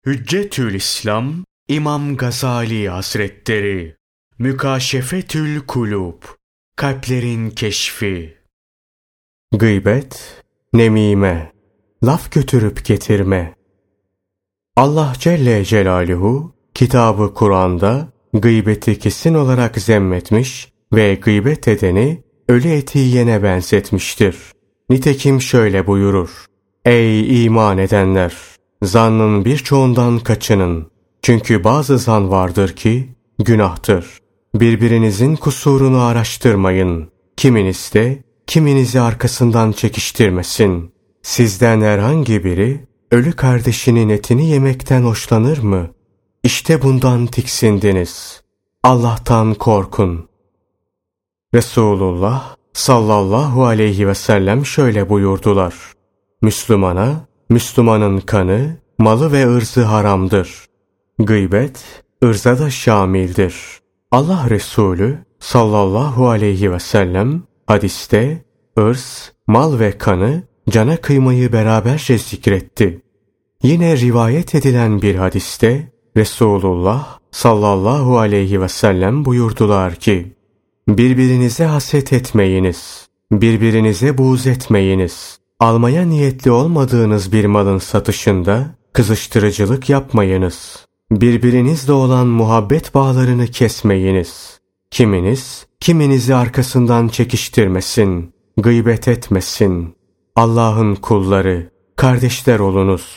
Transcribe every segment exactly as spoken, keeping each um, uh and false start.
Hüccetül İslam İmam Gazali Hazretleri. Mükaşefetül Kulub, kalplerin keşfi. Gıybet, nemime, laf götürüp getirme. Allah Celle Celaluhu kitabı Kur'an'da gıybeti kesin olarak zemmetmiş ve gıybet edeni ölü eti yiyene benzetmiştir. Nitekim şöyle buyurur: Ey iman edenler! Zannın birçoğundan kaçının. Çünkü bazı zan vardır ki günahtır. Birbirinizin kusurunu araştırmayın. Kiminiz de kiminizi arkasından çekiştirmesin. Sizden herhangi biri ölü kardeşinin etini yemekten hoşlanır mı? İşte bundan tiksindiniz. Allah'tan korkun. Resulullah sallallahu aleyhi ve sellem şöyle buyurdular: Müslümana Müslümanın kanı, malı ve ırzı haramdır. Gıybet, ırza da şamildir. Allah Resulü sallallahu aleyhi ve sellem hadiste ırz, mal ve kanı cana kıymayı beraberce zikretti. Yine rivayet edilen bir hadiste Resulullah sallallahu aleyhi ve sellem buyurdular ki: Birbirinize haset etmeyiniz, birbirinize buğz etmeyiniz. Almaya niyetli olmadığınız bir malın satışında kızıştırıcılık yapmayınız. Birbirinizle olan muhabbet bağlarını kesmeyiniz. Kiminiz, kiminizi arkasından çekiştirmesin, gıybet etmesin. Allah'ın kulları, kardeşler olunuz.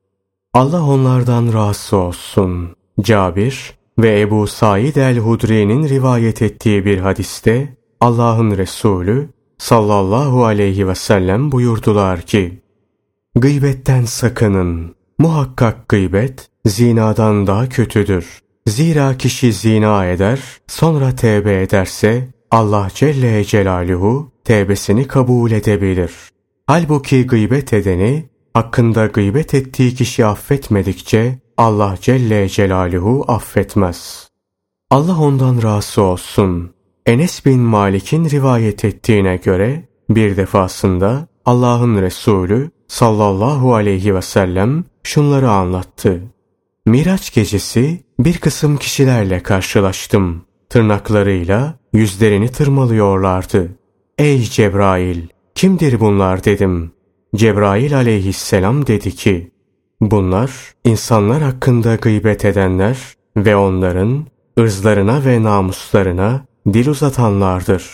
Allah onlardan razı olsun. Cabir ve Ebu Said el-Hudri'nin rivayet ettiği bir hadiste Allah'ın Resulü sallallahu aleyhi ve sellem buyurdular ki: Gıybetten sakının. Muhakkak gıybet zinadan daha kötüdür. Zira kişi zina eder, sonra tevbe ederse Allah Celle Celaluhu tevbesini kabul edebilir. Halbuki gıybet edeni hakkında gıybet ettiği kişi affetmedikçe Allah Celle Celaluhu affetmez. Allah ondan razı olsun. Enes bin Malik'in rivayet ettiğine göre bir defasında Allah'ın Resulü sallallahu aleyhi ve sellem şunları anlattı. Miraç gecesi bir kısım kişilerle karşılaştım. Tırnaklarıyla yüzlerini tırmalıyorlardı. Ey Cebrail! Kimdir bunlar dedim. Cebrail aleyhisselam dedi ki: Bunlar insanlar hakkında gıybet edenler ve onların ırzlarına ve namuslarına dil uzatanlardır.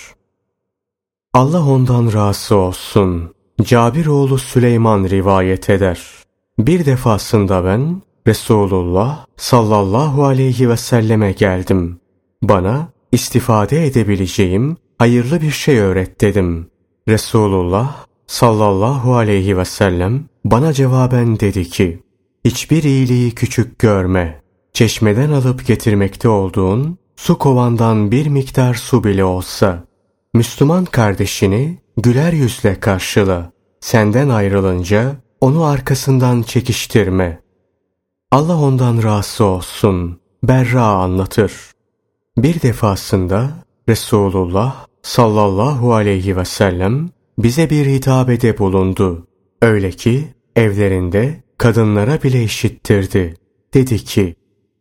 Allah ondan razı olsun. Cabir oğlu Süleyman rivayet eder. Bir defasında ben Resulullah sallallahu aleyhi ve selleme geldim. Bana istifade edebileceğim hayırlı bir şey öğret dedim. Resulullah sallallahu aleyhi ve sellem bana cevaben dedi ki: Hiçbir iyiliği küçük görme. Çeşmeden alıp getirmekte olduğun su kovandan bir miktar su bile olsa, Müslüman kardeşini güler yüzle karşıla. Senden ayrılınca onu arkasından çekiştirme. Allah ondan razı olsun. Berra anlatır. Bir defasında Resulullah sallallahu aleyhi ve sellem bize bir hitabede bulundu. Öyle ki evlerinde kadınlara bile işittirdi. Dedi ki: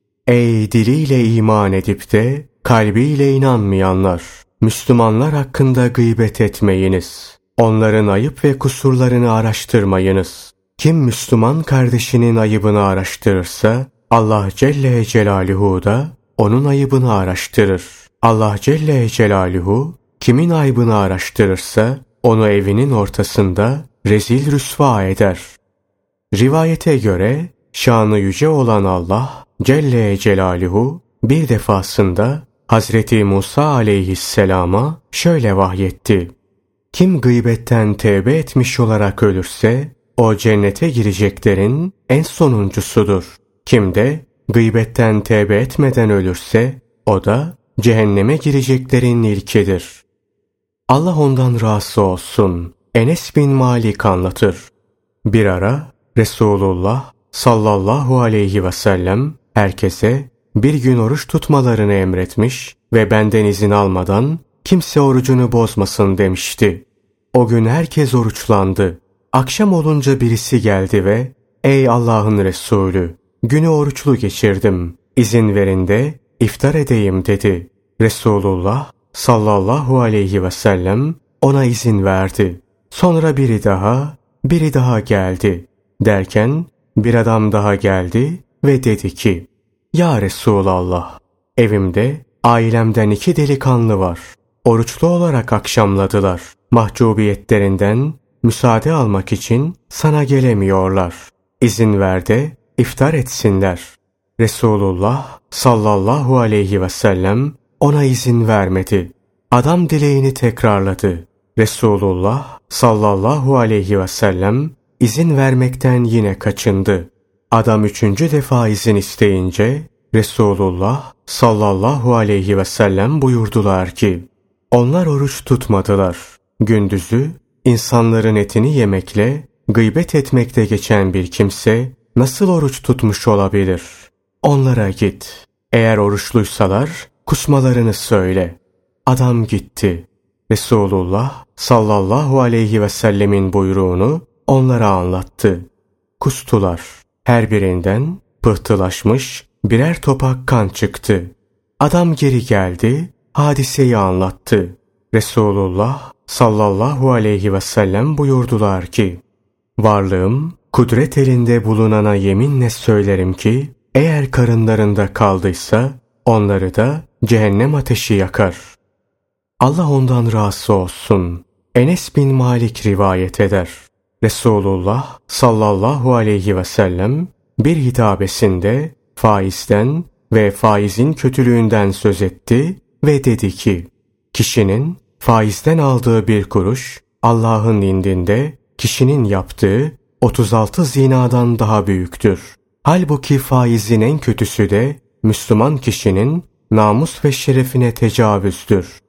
Ey diliyle iman edip de kalbiyle inanmayanlar! Müslümanlar hakkında gıybet etmeyiniz. Onların ayıp ve kusurlarını araştırmayınız. Kim Müslüman kardeşinin ayıbını araştırırsa Allah Celle Celaluhu da onun ayıbını araştırır. Allah Celle Celaluhu kimin ayıbını araştırırsa onu evinin ortasında rezil rüsva eder. Rivayete göre şanı yüce olan Allah Celle Celaluhu bir defasında Hazreti Musa aleyhisselama şöyle vahyetti: Kim gıybetten tevbe etmiş olarak ölürse o cennete gireceklerin en sonuncusudur. Kim de gıybetten tevbe etmeden ölürse o da cehenneme gireceklerin ilkidir. Allah ondan razı olsun. Enes bin Malik anlatır. Bir ara Resulullah sallallahu aleyhi ve sellem herkese bir gün oruç tutmalarını emretmiş ve benden izin almadan kimse orucunu bozmasın demişti. O gün herkes oruçlandı. Akşam olunca birisi geldi ve ''Ey Allah'ın Resulü, Günü oruçlu geçirdim. İzin verin de iftar edeyim dedi. Resulullah sallallahu aleyhi ve sellem ona izin verdi. Sonra biri daha, biri daha geldi. Derken bir adam daha geldi ve dedi ki, Ya Resulallah, evimde ailemden iki delikanlı var. Oruçlu olarak akşamladılar. Mahcubiyetlerinden müsaade almak için sana gelemiyorlar. İzin ver de iftar etsinler. Resulullah sallallahu aleyhi ve sellem ona izin vermedi. Adam dileğini tekrarladı. Resulullah sallallahu aleyhi ve sellem izin vermekten yine kaçındı. Adam üçüncü defa izin isteyince Resulullah sallallahu aleyhi ve sellem buyurdular ki, onlar oruç tutmadılar. Gündüzü insanların etini yemekle, gıybet etmekte geçen bir kimse nasıl oruç tutmuş olabilir? Onlara git. Eğer oruçluysalar kusmalarını söyle. Adam gitti. Resulullah sallallahu aleyhi ve sellemin buyruğunu onlara anlattı. Kustular. Her birinden pıhtılaşmış birer topak kan çıktı. Adam geri geldi, hadiseyi anlattı. Resulullah sallallahu aleyhi ve sellem buyurdular ki, varlığım, kudret elinde bulunana yeminle söylerim ki, eğer karınlarında kaldıysa, onları da cehennem ateşi yakar. Allah ondan razı olsun. Enes bin Malik rivayet eder. Resulullah sallallahu aleyhi ve sellem bir hitabesinde faizden ve faizin kötülüğünden söz etti ve dedi ki, kişinin faizden aldığı bir kuruş, Allah'ın indinde kişinin yaptığı otuz altı zinadan daha büyüktür. Halbuki faizin en kötüsü de Müslüman kişinin namus ve şerefine tecavüzdür.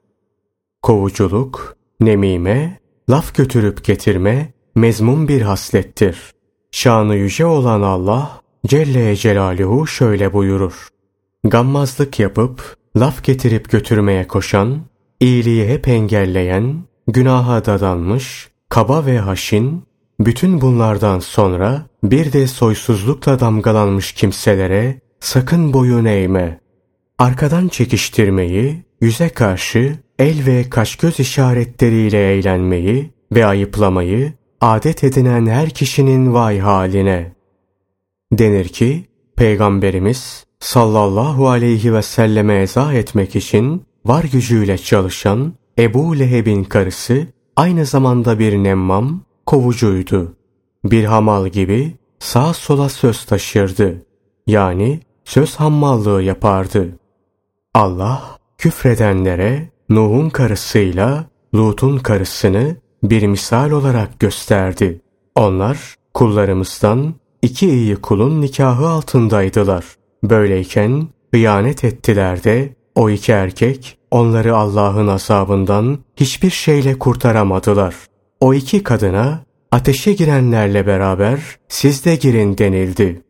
Kovuculuk, nemime, laf götürüp getirme, mezmum bir haslettir. Şanı yüce olan Allah Celle Celaluhu şöyle buyurur. Gammazlık yapıp, laf getirip götürmeye koşan, iyiliği hep engelleyen, günaha dadanmış, kaba ve haşin, bütün bunlardan sonra bir de soysuzlukla damgalanmış kimselere sakın boyun eğme. Arkadan çekiştirmeyi, yüze karşı el ve kaş göz işaretleriyle eğlenmeyi ve ayıplamayı adet edinen her kişinin vay haline. Denir ki, Peygamberimiz sallallahu aleyhi ve selleme eza etmek için var gücüyle çalışan Ebu Leheb'in karısı aynı zamanda bir nemmam, kovucuydu. Bir hamal gibi sağa sola söz taşırdı. Yani söz hammallığı yapardı. Allah küfredenlere Nuh'un karısıyla Lut'un karısını bir misal olarak gösterdi. Onlar kullarımızdan iki iyi kulun nikahı altındaydılar. Böyleyken hıyanet ettiler de o iki erkek onları Allah'ın azabından hiçbir şeyle kurtaramadılar. O iki kadına ateşe girenlerle beraber siz de girin denildi.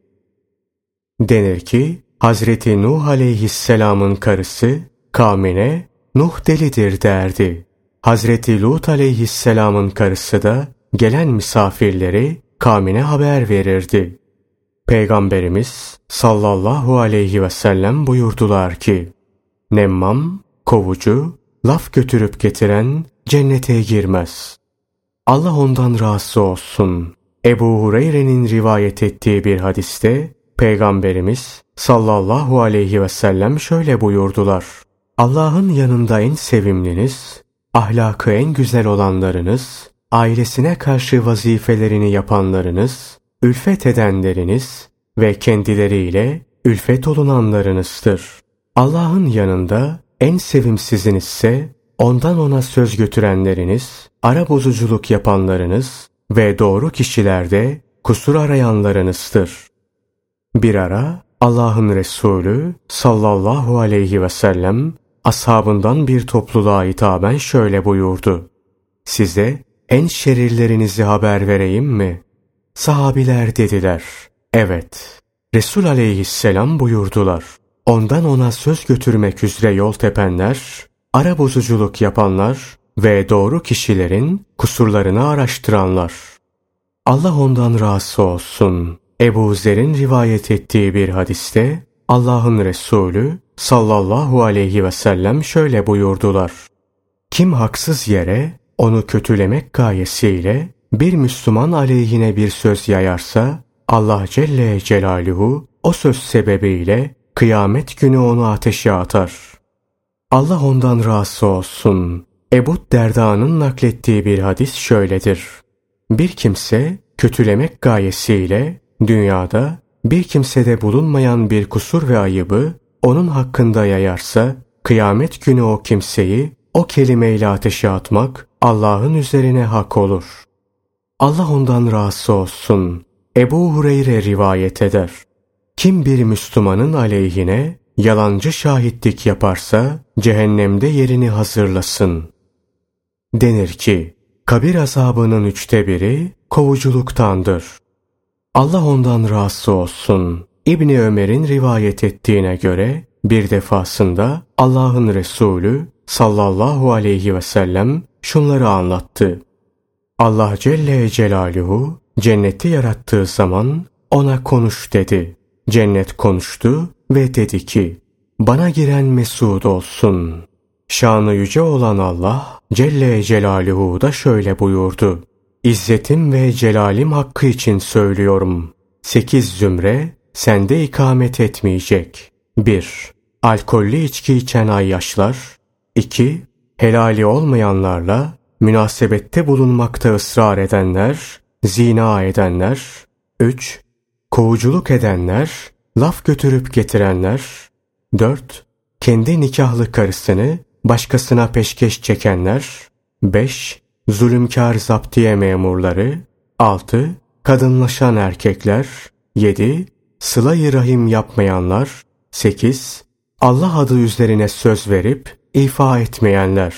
Denir ki Hazreti Nuh aleyhisselamın karısı kavmine Nuh delidir derdi. Hazreti Lut aleyhisselamın karısı da gelen misafirleri kavmine haber verirdi. Peygamberimiz sallallahu aleyhi ve sellem buyurdular ki, nemmam, kovucu, laf götürüp getiren cennete girmez. Allah ondan razı olsun. Ebu Hureyre'nin rivayet ettiği bir hadiste Peygamberimiz sallallahu aleyhi ve sellem şöyle buyurdular. Allah'ın yanında en sevimliniz, ahlakı en güzel olanlarınız, ailesine karşı vazifelerini yapanlarınız, ülfet edenleriniz ve kendileriyle ülfet olunanlarınızdır. Allah'ın yanında en sevimsizinizse ondan ona söz götürenleriniz, ara bozuculuk yapanlarınız ve doğru kişilerde kusur arayanlarınızdır. Bir ara Allah'ın Resulü sallallahu aleyhi ve sellem ashabından bir topluluğa hitaben şöyle buyurdu. Size en şerirlerinizi haber vereyim mi? Sahabiler dediler. Evet. Resul aleyhisselam buyurdular. Ondan ona söz götürmek üzere yol tepenler, ara bozuculuk yapanlar ve doğru kişilerin kusurlarını araştıranlar. Allah ondan razı olsun. Ebu Zer'in rivayet ettiği bir hadiste Allah'ın Resulü sallallahu aleyhi ve sellem şöyle buyurdular. Kim haksız yere onu kötülemek gayesiyle bir Müslüman aleyhine bir söz yayarsa Allah Celle Celaluhu o söz sebebiyle kıyamet günü onu ateşe atar. Allah ondan razı olsun. Ebu Derda'nın naklettiği bir hadis şöyledir. Bir kimse kötülemek gayesiyle dünyada bir kimsede bulunmayan bir kusur ve ayıbı onun hakkında yayarsa kıyamet günü o kimseyi o kelimeyle ateşe atmak Allah'ın üzerine hak olur. Allah ondan razı olsun. Ebu Hureyre rivayet eder. Kim bir Müslümanın aleyhine yalancı şahitlik yaparsa cehennemde yerini hazırlasın. Denir ki, kabir azabının üçte biri kovuculuktandır. Allah ondan razı olsun. İbni Ömer'in rivayet ettiğine göre bir defasında Allah'ın Resulü sallallahu aleyhi ve sellem şunları anlattı. Allah Celle Celaluhu cenneti yarattığı zaman ona konuş dedi. Cennet konuştu ve dedi ki, bana giren mesud olsun. Şanı yüce olan Allah Celle Celaluhu da şöyle buyurdu. İzzetim ve celalim hakkı için söylüyorum. Sekiz zümre sende ikamet etmeyecek. bir. Alkollü içki içen ayyaşlar. iki. Helali olmayanlarla münasebette bulunmakta ısrar edenler, zina edenler. üç. Kovuculuk edenler, laf götürüp getirenler. dört. Kendi nikahlı karısını başkasına peşkeş çekenler. beş. Zulümkar zaptiye memurları. altı. Kadınlaşan erkekler. yedi. Sıla-i rahim yapmayanlar. sekiz. Allah adı üzerine söz verip ifa etmeyenler.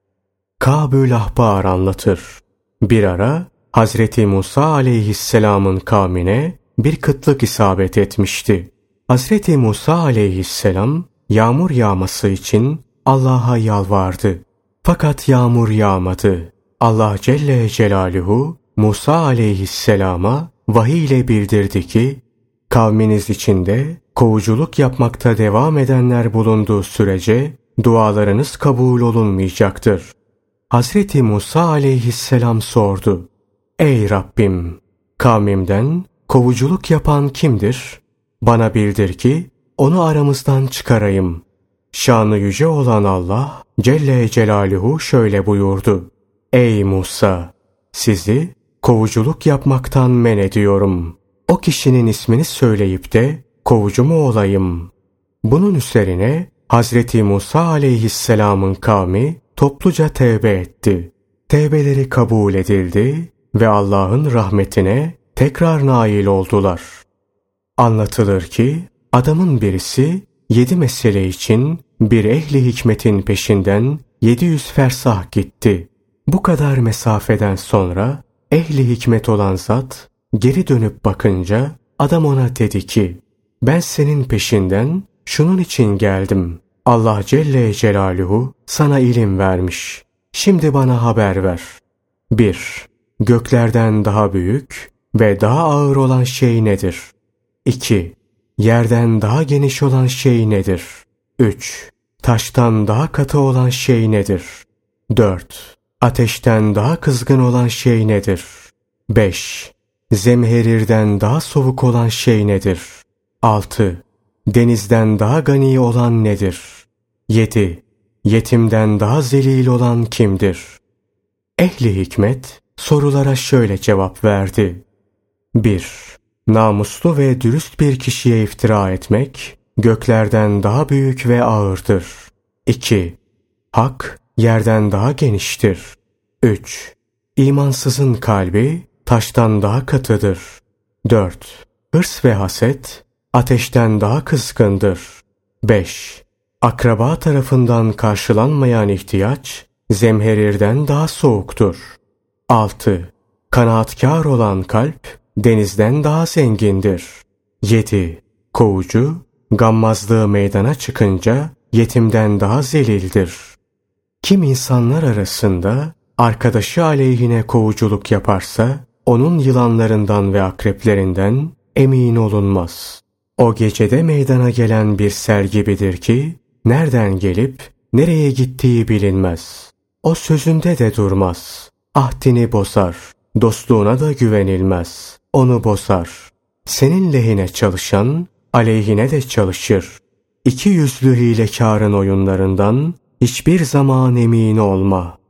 Kâb-ül Ahbar anlatır. Bir ara Hazreti Musa aleyhisselamın kavmine bir kıtlık isabet etmişti. Hazreti Musa aleyhisselam yağmur yağması için Allah'a yalvardı. Fakat yağmur yağmadı. Allah Celle Celaluhu Musa aleyhisselama vahiy ile bildirdi ki, kavminiz içinde kovuculuk yapmakta devam edenler bulunduğu sürece dualarınız kabul olunmayacaktır. Hazreti Musa aleyhisselam sordu. Ey Rabbim! Kavmimden kovuculuk yapan kimdir? Bana bildir ki onu aramızdan çıkarayım. Şanı yüce olan Allah Celle Celaluhu şöyle buyurdu. Ey Musa! Sizi kovuculuk yapmaktan men ediyorum. O kişinin ismini söyleyip de kovucu mu olayım? Bunun üzerine Hazreti Musa aleyhisselamın kavmi topluca tevbe etti. Tevbeleri kabul edildi ve Allah'ın rahmetine tekrar nail oldular. Anlatılır ki adamın birisi yedi mesele için bir ehli hikmetin peşinden yedi yüz fersah gitti. Bu kadar mesafeden sonra ehli hikmet olan zat geri dönüp bakınca adam ona dedi ki, ben senin peşinden şunun için geldim. Allah Celle Celaluhu sana ilim vermiş. Şimdi bana haber ver. bir. Göklerden daha büyük ve daha ağır olan şey nedir? iki. Yerden daha geniş olan şey nedir? üç. Taştan daha katı olan şey nedir? dört. Ateşten daha kızgın olan şey nedir? beş. Zemherirden daha soğuk olan şey nedir? altı. Denizden daha gani olan nedir? yedi. Yetimden daha zelil olan kimdir? Ehli hikmet sorulara şöyle cevap verdi. bir. Namuslu ve dürüst bir kişiye iftira etmek göklerden daha büyük ve ağırdır. iki. Hak yerden daha geniştir. üç. İmansızın kalbi taştan daha katıdır. dört. Hırs ve haset ateşten daha kızgındır. beş. Akraba tarafından karşılanmayan ihtiyaç zemherirden daha soğuktur. altı. Kanaatkar olan kalp denizden daha zengindir. yedi. Kovucu gammazlığı meydana çıkınca yetimden daha zelildir. Kim insanlar arasında arkadaşı aleyhine kovuculuk yaparsa onun yılanlarından ve akreplerinden, emin olunmaz. O gecede meydana gelen bir sel gibidir ki, nereden gelip nereye gittiği bilinmez. O sözünde de durmaz. Ahdini bozar. Dostluğuna da güvenilmez. Onu bozar. Senin lehine çalışan, aleyhine de çalışır. İki yüzlü hilekârın oyunlarından hiçbir zaman emin olma.